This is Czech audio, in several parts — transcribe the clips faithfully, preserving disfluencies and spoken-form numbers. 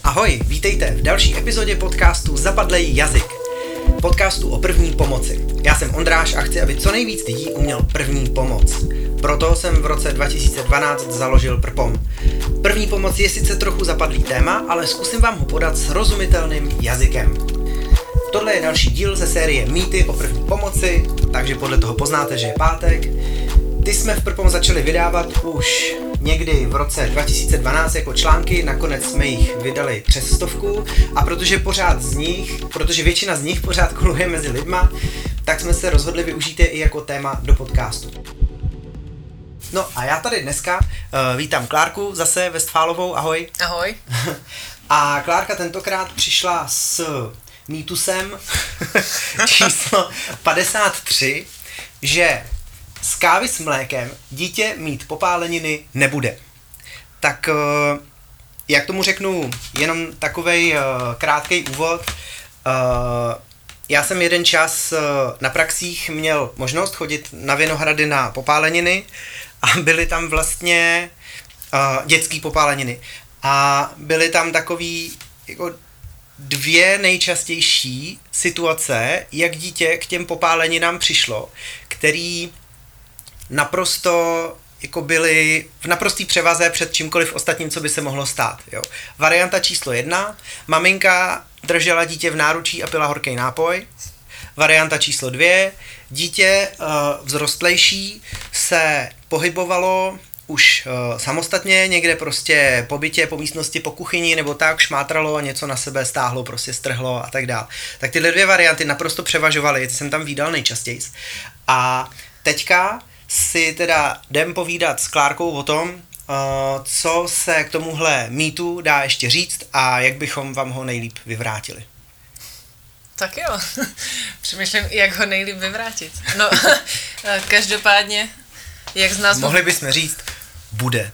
Ahoj, vítejte v další epizodě podcastu Zapadlej jazyk. Podcastu o první pomoci. Já jsem Ondráš a chci, aby co nejvíc lidí uměl první pomoc. Proto jsem v roce dva tisíce dvanáct založil Prpom. První pomoc je sice trochu zapadlý téma, ale zkusím vám ho podat srozumitelným jazykem. Tohle je další díl ze série Mýty o první pomoci, takže podle toho poznáte, že je pátek. Ty jsme v Prpom začali vydávat už někdy v roce dva tisíce dvanáct jako články, nakonec jsme jich vydali přes stovku a protože pořád z nich, protože většina z nich pořád koluje mezi lidma, tak jsme se rozhodli využít je i jako téma do podcastu. No a já tady dneska uh, vítám Klárku, zase Westfálovou, ahoj. Ahoj. A Klárka tentokrát přišla s mýtusem číslo padesát tři, že z kávy s mlékem dítě mít popáleniny nebude. Tak jak tomu řeknu, jenom takovej krátkej úvod. Já jsem jeden čas na praxích měl možnost chodit na Vinohrady na popáleniny a byly tam vlastně dětský popáleniny. A byly tam takový jako dvě nejčastější situace, jak dítě k těm popáleninám přišlo, který naprosto jako byly v naprostý převaze před čímkoliv ostatním, co by se mohlo stát. Jo. Varianta číslo jedna, maminka držela dítě v náručí a pila horký nápoj. Varianta číslo dvě, dítě uh, vzrostlejší se pohybovalo už uh, samostatně, někde prostě po bytě, po místnosti, po kuchyni nebo tak, šmátralo a něco na sebe stáhlo, prostě strhlo a tak dále. Tak tyhle dvě varianty naprosto převažovaly, ty jsem tam vídal nejčastěji. A teďka si teda jdem povídat s Klárkou o tom, uh, co se k tomuhle mýtu dá ještě říct a jak bychom vám ho nejlíp vyvrátili. Tak jo, přemýšlím, jak ho nejlíp vyvrátit. No, každopádně, jak z nás... Mohli bychom říct, bude.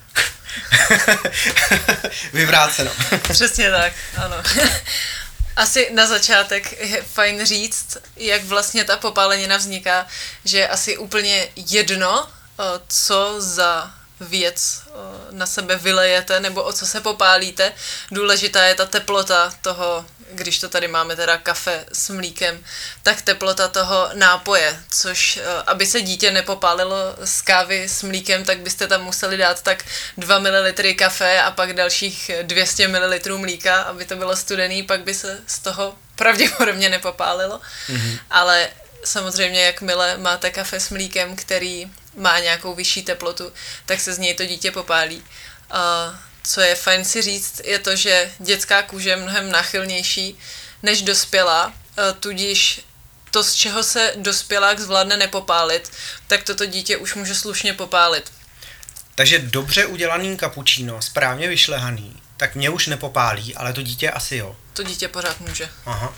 Vyvráceno. Přesně tak, ano. Asi na začátek je fajn říct, jak vlastně ta popálenina vzniká, že je asi úplně jedno, co za věc na sebe vylejete nebo o co se popálíte. Důležitá je ta teplota toho, když to tady máme teda kafe s mlíkem, tak teplota toho nápoje, což aby se dítě nepopálilo z kávy s mlíkem, tak byste tam museli dát tak dva mililitry kafe a pak dalších dvě stě mililitrů mlíka, aby to bylo studený, pak by se z toho pravděpodobně nepopálilo. Mm-hmm. Ale samozřejmě, jakmile máte kafe s mlíkem, který má nějakou vyšší teplotu, tak se z něj to dítě popálí. A co je fajn si říct, je to, že dětská kůže je mnohem náchylnější než dospělá, tudíž to, z čeho se dospělák zvládne nepopálit, tak toto dítě už může slušně popálit. Takže dobře udělaný kapučíno, správně vyšlehaný, tak mě už nepopálí, ale to dítě asi jo. To dítě pořád může. Aha.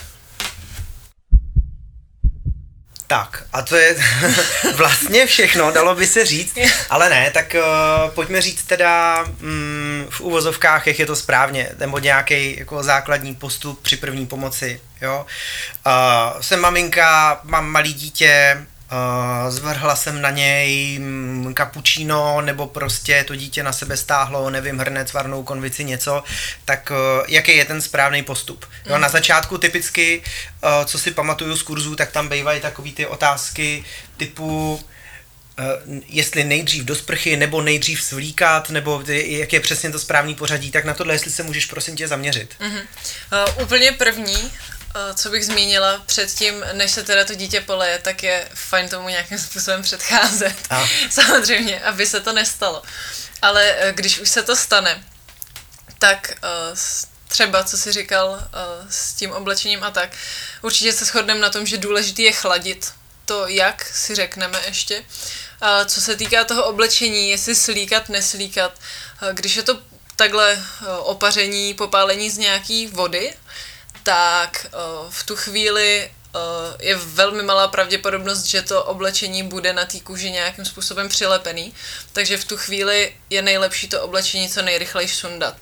Tak, a to je vlastně všechno, dalo by se říct, ale ne, tak uh, pojďme říct teda um, v uvozovkách, jak je to správně, nebo nějaký jako základní postup při první pomoci, jo. Uh, jsem maminka, mám malý dítě, uh, zvrhla jsem na něj um, kapučíno, nebo prostě to dítě na sebe stáhlo, nevím, hrnec, varnou konvici, něco, tak uh, jaký je ten správný postup? Jo, na začátku typicky, uh, co si pamatuju z kurzů, tak tam bývají takový ty otázky typu, uh, jestli nejdřív do sprchy, nebo nejdřív svlíkat, nebo jak je přesně to správný pořadí, tak na tohle, jestli se můžeš prosím tě zaměřit. Mm-hmm. Uh, úplně první, co bych zmínila předtím, než se teda to dítě poleje, tak je fajn tomu nějakým způsobem předcházet. A. Samozřejmě, aby se to nestalo. Ale když už se to stane, tak třeba, co jsi říkal s tím oblečením a tak, určitě se shodneme na tom, že důležitý je chladit. To jak si řekneme ještě. A co se týká toho oblečení, jestli slíkat, neslíkat, když je to takhle opaření, popálení z nějaký vody, tak uh, v tu chvíli uh, je velmi malá pravděpodobnost, že to oblečení bude na té kůži nějakým způsobem přilepený, takže v tu chvíli je nejlepší to oblečení co nejrychleji sundat.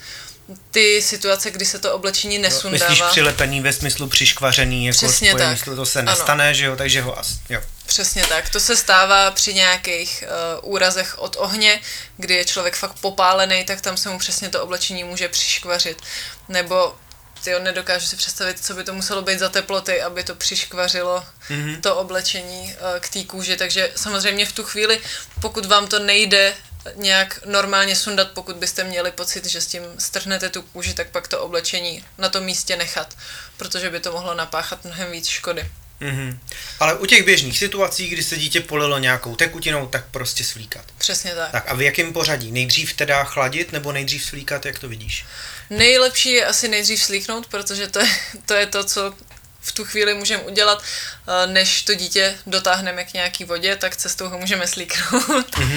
ty situace, kdy se to oblečení nesundává. Myslíš přilepený ve smyslu přiškvařený, jako Přesně spojen, tak. Myslu, to se nestane, ano. Že jo, takže ho asi, jo. Přesně tak, to se stává při nějakých uh, úrazech od ohně, kdy je člověk fakt popálený, tak tam se mu přesně to oblečení může přiškvařit. Nebo tyjo, nedokážu si představit, co by to muselo být za teploty, aby to přiškvařilo mm-hmm. to oblečení uh, k té kůži. Takže samozřejmě v tu chvíli, pokud vám to nejde nějak normálně sundat, pokud byste měli pocit, že s tím strhnete tu kůži, tak pak to oblečení na tom místě nechat, protože by to mohlo napáchat mnohem víc škody. Mm-hmm. Ale u těch běžných situací, kdy se dítě polilo nějakou tekutinou, tak prostě svlíkat. Přesně tak. Tak a v jakém pořadí? Nejdřív teda chladit nebo nejdřív svlíkat, jak to vidíš? Nejlepší je asi nejdřív svlíknout, protože to je to, je to co v tu chvíli můžeme udělat, než to dítě dotáhneme k nějaký vodě, tak cestou ho můžeme slíknout. Mm-hmm.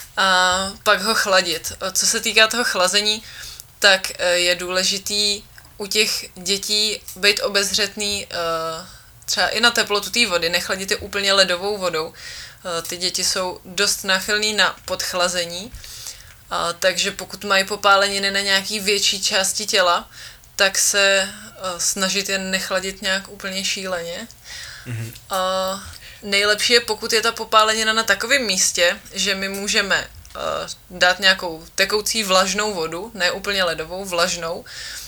A pak ho chladit. Co se týká toho chlazení, tak je důležitý u těch dětí být obezřetný třeba i na teplotu té vody, nechladit je úplně ledovou vodou. Ty děti jsou dost náchylný na podchlazení, takže pokud mají popáleniny na nějaký větší části těla, tak se snažit je nechladit nějak úplně šíleně. Mm-hmm. A nejlepší je, pokud je ta popálenina na takovém místě, že my můžeme uh, dát nějakou tekoucí vlažnou vodu, ne úplně ledovou, vlažnou,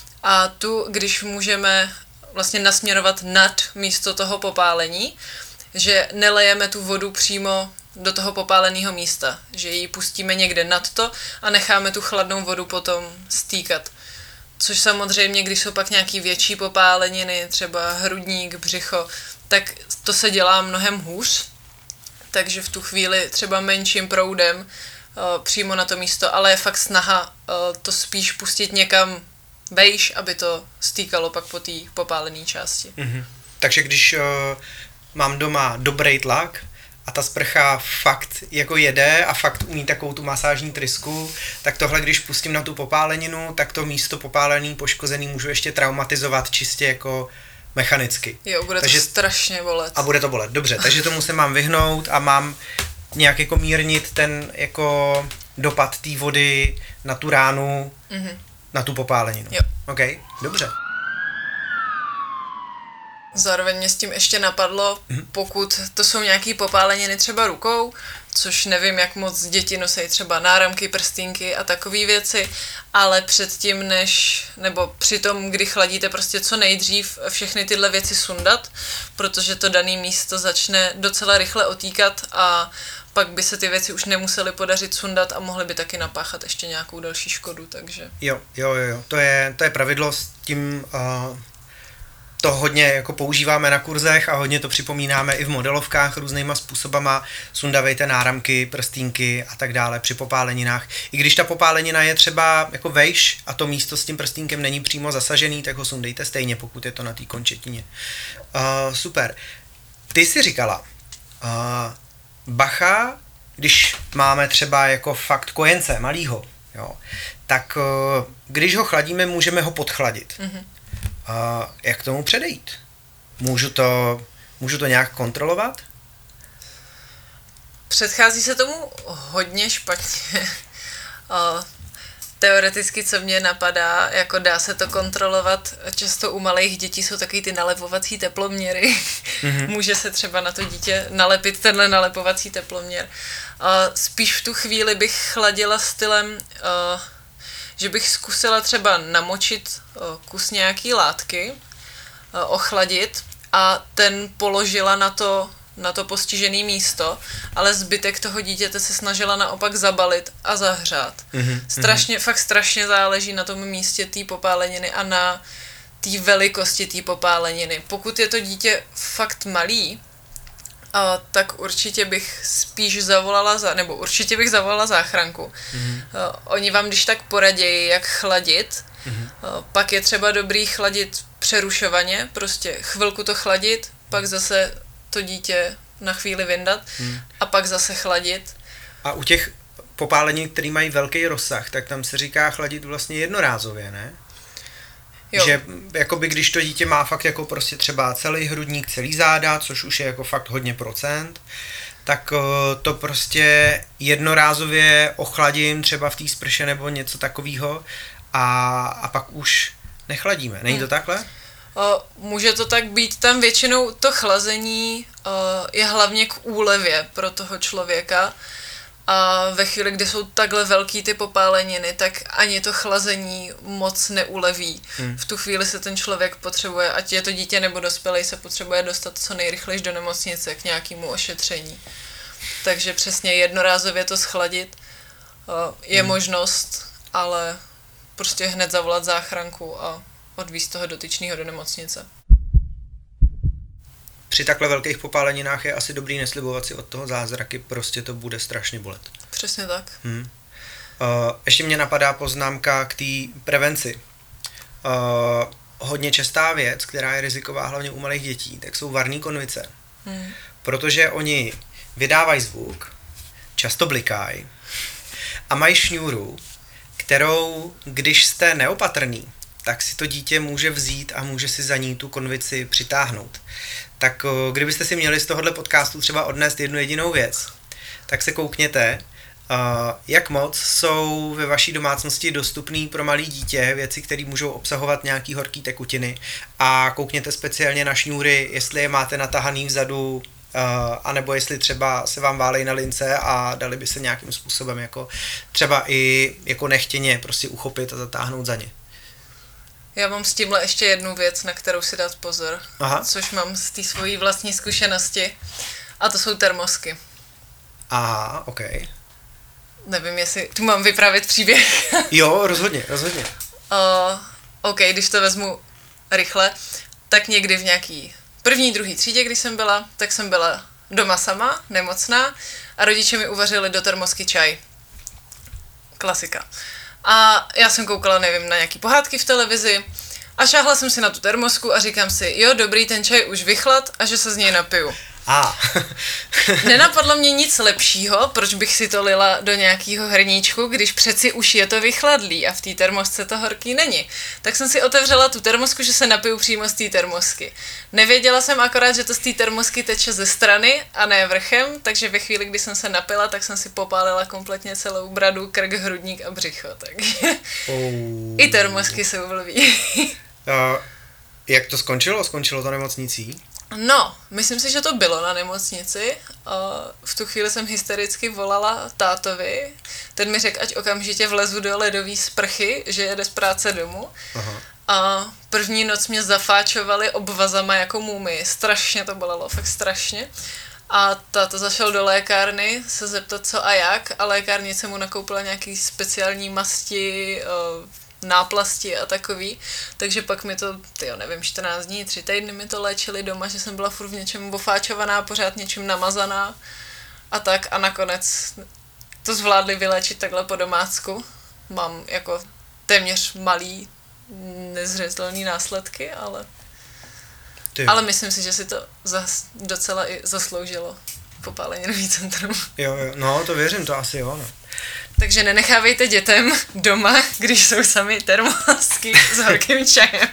a tu, když můžeme vlastně nasměrovat nad místo toho popálení, že nelejeme tu vodu přímo do toho popáleného místa, že ji pustíme někde nad to a necháme tu chladnou vodu potom stýkat. Což samozřejmě, když jsou pak nějaký větší popáleniny, třeba hrudník, břicho, tak to se dělá mnohem hůř, takže v tu chvíli třeba menším proudem uh, přímo na to místo, ale je fakt snaha uh, to spíš pustit někam vejš, aby to stýkalo pak po té popálené části. Mm-hmm. Takže když uh, mám doma dobrý tlak a ta sprcha fakt jako jede a fakt umí takovou tu masážní trysku, tak tohle, když pustím na tu popáleninu, tak to místo popálený, poškozený můžu ještě traumatizovat čistě jako mechanicky. Jo, bude takže, to strašně bolet. A bude to bolet, dobře, takže tomu se mám vyhnout a mám nějak jako mírnit ten jako dopad té vody na tu ránu, mm-hmm. na tu popáleninu. Jo. OK, dobře. Zároveň mě s tím ještě napadlo, mm-hmm. pokud to jsou nějaký popáleniny třeba rukou, což nevím, jak moc děti nosí třeba náramky, prstínky a takové věci, ale předtím než, nebo při tom, kdy chladíte, prostě co nejdřív všechny tyhle věci sundat, protože to dané místo začne docela rychle otýkat a pak by se ty věci už nemusely podařit sundat a mohly by taky napáchat ještě nějakou další škodu, takže... Jo, jo, jo, to je, to je pravidlo, s tím uh, to hodně jako používáme na kurzech a hodně to připomínáme i v modelovkách různýma způsobama, sundavejte náramky, prstínky a tak dále při popáleninách. I když ta popálenina je třeba jako vejš a to místo s tím prstínkem není přímo zasažený, tak ho sundejte stejně, pokud je to na té končetině. Uh, super. Ty jsi říkala, uh, bacha, když máme třeba jako fakt kojence malýho, jo, tak uh, když ho chladíme, můžeme ho podchladit. Mm-hmm. Uh, jak tomu předejít? Můžu to, můžu to nějak kontrolovat? Předchází se tomu hodně špatně. uh, teoreticky, co mě napadá, jako dá se to kontrolovat, často u malých dětí jsou takový ty nalepovací teploměry. Mm-hmm. Může se třeba na to dítě nalepit tenhle nalepovací teploměr. Uh, spíš v tu chvíli bych chladila stylem, uh, že bych zkusila třeba namočit uh, kus nějaký látky, uh, ochladit a ten položila na to na to postižené místo, ale zbytek toho dítěte se snažila naopak zabalit a zahřát. Mm-hmm. Strašně, fakt strašně záleží na tom místě té popáleniny a na té velikosti té popáleniny. Pokud je to dítě fakt malý, a tak určitě bych spíš zavolala, za, nebo určitě bych zavolala záchranku. Mm-hmm. A oni vám když tak poradějí, jak chladit. Mm-hmm. A pak je třeba dobrý chladit přerušovaně, prostě chvilku to chladit, pak zase to dítě na chvíli vyndat hmm. a pak zase chladit. A u těch popálení, které mají velký rozsah, tak tam se říká chladit vlastně jednorázově, ne? Jo. Že jakoby když to dítě má fakt jako prostě třeba celý hrudník, celý záda, což už je jako fakt hodně procent, tak to prostě jednorázově ochladím třeba v té sprše nebo něco takového a, a pak už nechladíme. Není to takhle? O, může to tak být, tam většinou to chlazení o, je hlavně k úlevě pro toho člověka a ve chvíli, kdy jsou takhle velký ty popáleniny, tak ani to chlazení moc neuleví. Hmm. V tu chvíli se ten člověk potřebuje, ať je to dítě nebo dospělý, se potřebuje dostat co nejrychleji do nemocnice k nějakému ošetření. Takže přesně jednorázově to schladit o, je hmm. možnost, ale prostě hned zavolat záchranku a odvízt toho dotyčného do nemocnice. Při takhle velkých popáleninách je asi dobrý neslibovat si od toho zázraky, prostě to bude strašně bolet. Přesně tak. Hmm. Uh, ještě mě napadá poznámka k té prevenci. Uh, hodně častá věc, která je riziková hlavně u malých dětí, tak jsou varní konvice. Hmm. Protože oni vydávají zvuk, často blikají a mají šňůru, kterou, když jste neopatrný, tak si to dítě může vzít a může si za ní tu konvici přitáhnout. Tak kdybyste si měli z tohohle podcastu třeba odnést jednu jedinou věc, tak se koukněte, jak moc jsou ve vaší domácnosti dostupné pro malé dítě věci, které můžou obsahovat nějaký horký tekutiny a koukněte speciálně na šňůry, jestli je máte natahaný vzadu, anebo jestli třeba se vám válej na lince a dali by se nějakým způsobem jako třeba i jako nechtěně prostě uchopit a zatáhnout za ně. Já mám s tímhle ještě jednu věc, na kterou si dát pozor, Aha. což mám z té svojí vlastní zkušenosti, a to jsou termosky. Aha, ok. Nevím, jestli tu mám vyprávět příběh. Jo, rozhodně, rozhodně. Uh, ok, když to vezmu rychle, tak někdy v nějaký první, druhý třídě, když jsem byla, tak jsem byla doma sama, nemocná a rodiče mi uvařili do termosky čaj. Klasika. A já jsem koukala, nevím, na nějaký pohádky v televizi a šáhla jsem si na tu termosku a říkám si, jo, dobrý, ten čaj už vychlad a že se z něj napiju. A. Nenapadlo mě nic lepšího, proč bych si to lila do nějakého hrníčku, když přeci už je to vychladlý a v té termosce to horký není. Tak jsem si otevřela tu termosku, že se napiju přímo z té termosky. Nevěděla jsem akorát, že to z té termosky teče ze strany a ne vrchem, takže ve chvíli, kdy jsem se napila, tak jsem si popálila kompletně celou bradu, krk, hrudník a břicho. Takže oh. I termosky jsou blbý. uh, jak to skončilo? Skončilo to nemocnicí? No, myslím si, že to bylo na nemocnici. V tu chvíli jsem hystericky volala tátovi. Ten mi řekl, ať okamžitě vlezu do ledové sprchy, že jede z práce domů. Aha. A první noc mě zafáčovali obvazama jako mumii. Strašně to bolelo, fakt strašně. A táta zašel do lékárny se zeptat co a jak a lékárnice mu nakoupila nějaký speciální masti, náplasti a takový, takže pak mi to, tyjo, nevím, čtrnáct dní, tři týdny mi to léčili doma, že jsem byla furt v něčem ofáčovaná, pořád něčím namazaná a tak a nakonec to zvládli vyléčit takhle po domácku. Mám jako téměř malý nezřetelný následky, ale Ty. ale myslím si, že si to zas docela i zasloužilo popáleninový centrum. Jo, jo, no to věřím, to asi jo, no. Takže nenechávejte dětem doma, když jsou sami termosky s horkým čajem.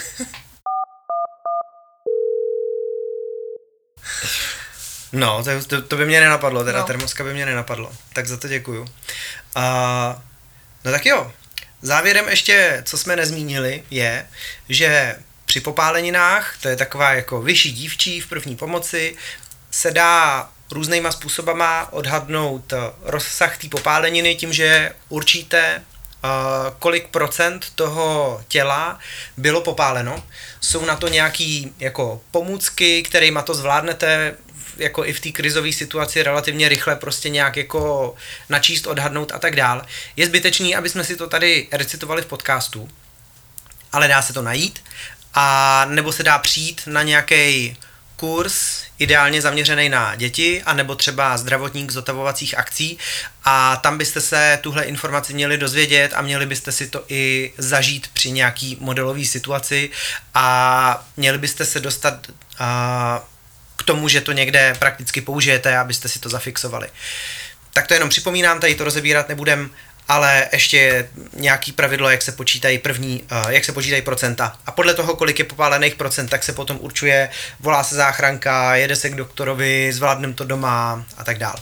No, to, to, to by mě nenapadlo, teda no. Termoska by mě nenapadlo, tak za to děkuju. Uh, no tak jo, závěrem ještě, co jsme nezmínili, je, že při popáleninách, to je taková jako vyšší dívčí v první pomoci, se dá různýma způsobama odhadnout rozsah té popáleniny tím, že určíte, uh, kolik procent toho těla bylo popáleno. Jsou na to nějaký jako pomůcky, kterýma to zvládnete jako i v té krizové situaci relativně rychle prostě nějak jako načíst, odhadnout a tak dál. Je zbytečný, aby jsme si to tady recitovali v podcastu, ale dá se to najít a nebo se dá přijít na nějaký kurz, ideálně zaměřený na děti, anebo třeba zdravotník zotavovacích akcí a tam byste se tuhle informaci měli dozvědět a měli byste si to i zažít při nějaký modelové situaci a měli byste se dostat a, k tomu, že to někde prakticky použijete, abyste si to zafixovali. Tak to jenom připomínám, tady to rozebírat nebudem ale ještě je nějaký pravidlo, jak se počítají první, uh, jak se počítají procenta. A podle toho, kolik je popálených procent, tak se potom určuje, volá se záchranka, jede se k doktorovi, zvládnem to doma a tak dál.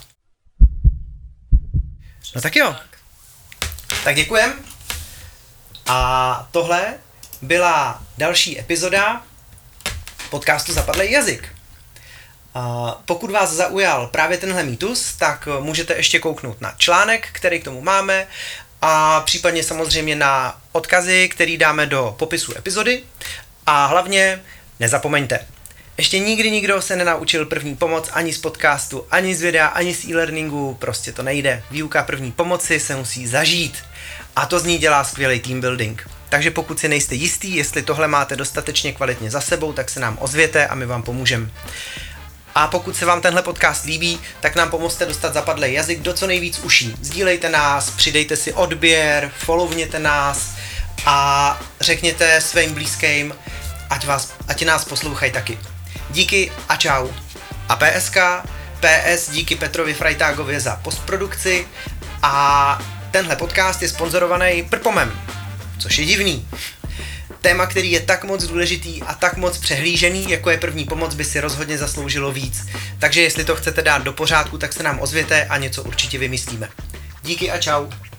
No tak jo. Tak děkujem. A tohle byla další epizoda podcastu Zapadlej jazyk. Uh, pokud vás zaujal právě tenhle mýtus, tak můžete ještě kouknout na článek, který k tomu máme, a případně samozřejmě na odkazy, který dáme do popisu epizody. A hlavně nezapomeňte, ještě nikdy nikdo se nenaučil první pomoc ani z podcastu, ani z videa, ani z e-learningu, prostě to nejde. Výuka první pomoci se musí zažít a to z ní dělá skvělý team building. Takže pokud si nejste jistý, jestli tohle máte dostatečně kvalitně za sebou, tak se nám ozvěte a my vám pomůžeme. A pokud se vám tenhle podcast líbí, tak nám pomozte dostat Zapadlej jazyk do co nejvíc uší. Sdílejte nás, přidejte si odběr, followněte nás a řekněte svým blízkým, ať, vás, ať nás poslouchají taky. Díky a čau. A PSK, P S díky Petrovi Frajtágově za postprodukci a tenhle podcast je sponzorovaný Prpomem, což je divný. Téma, který je tak moc důležitý a tak moc přehlížený, jako je první pomoc, by si rozhodně zasloužilo víc. Takže jestli to chcete dát do pořádku, tak se nám ozvěte a něco určitě vymyslíme. Díky a čau.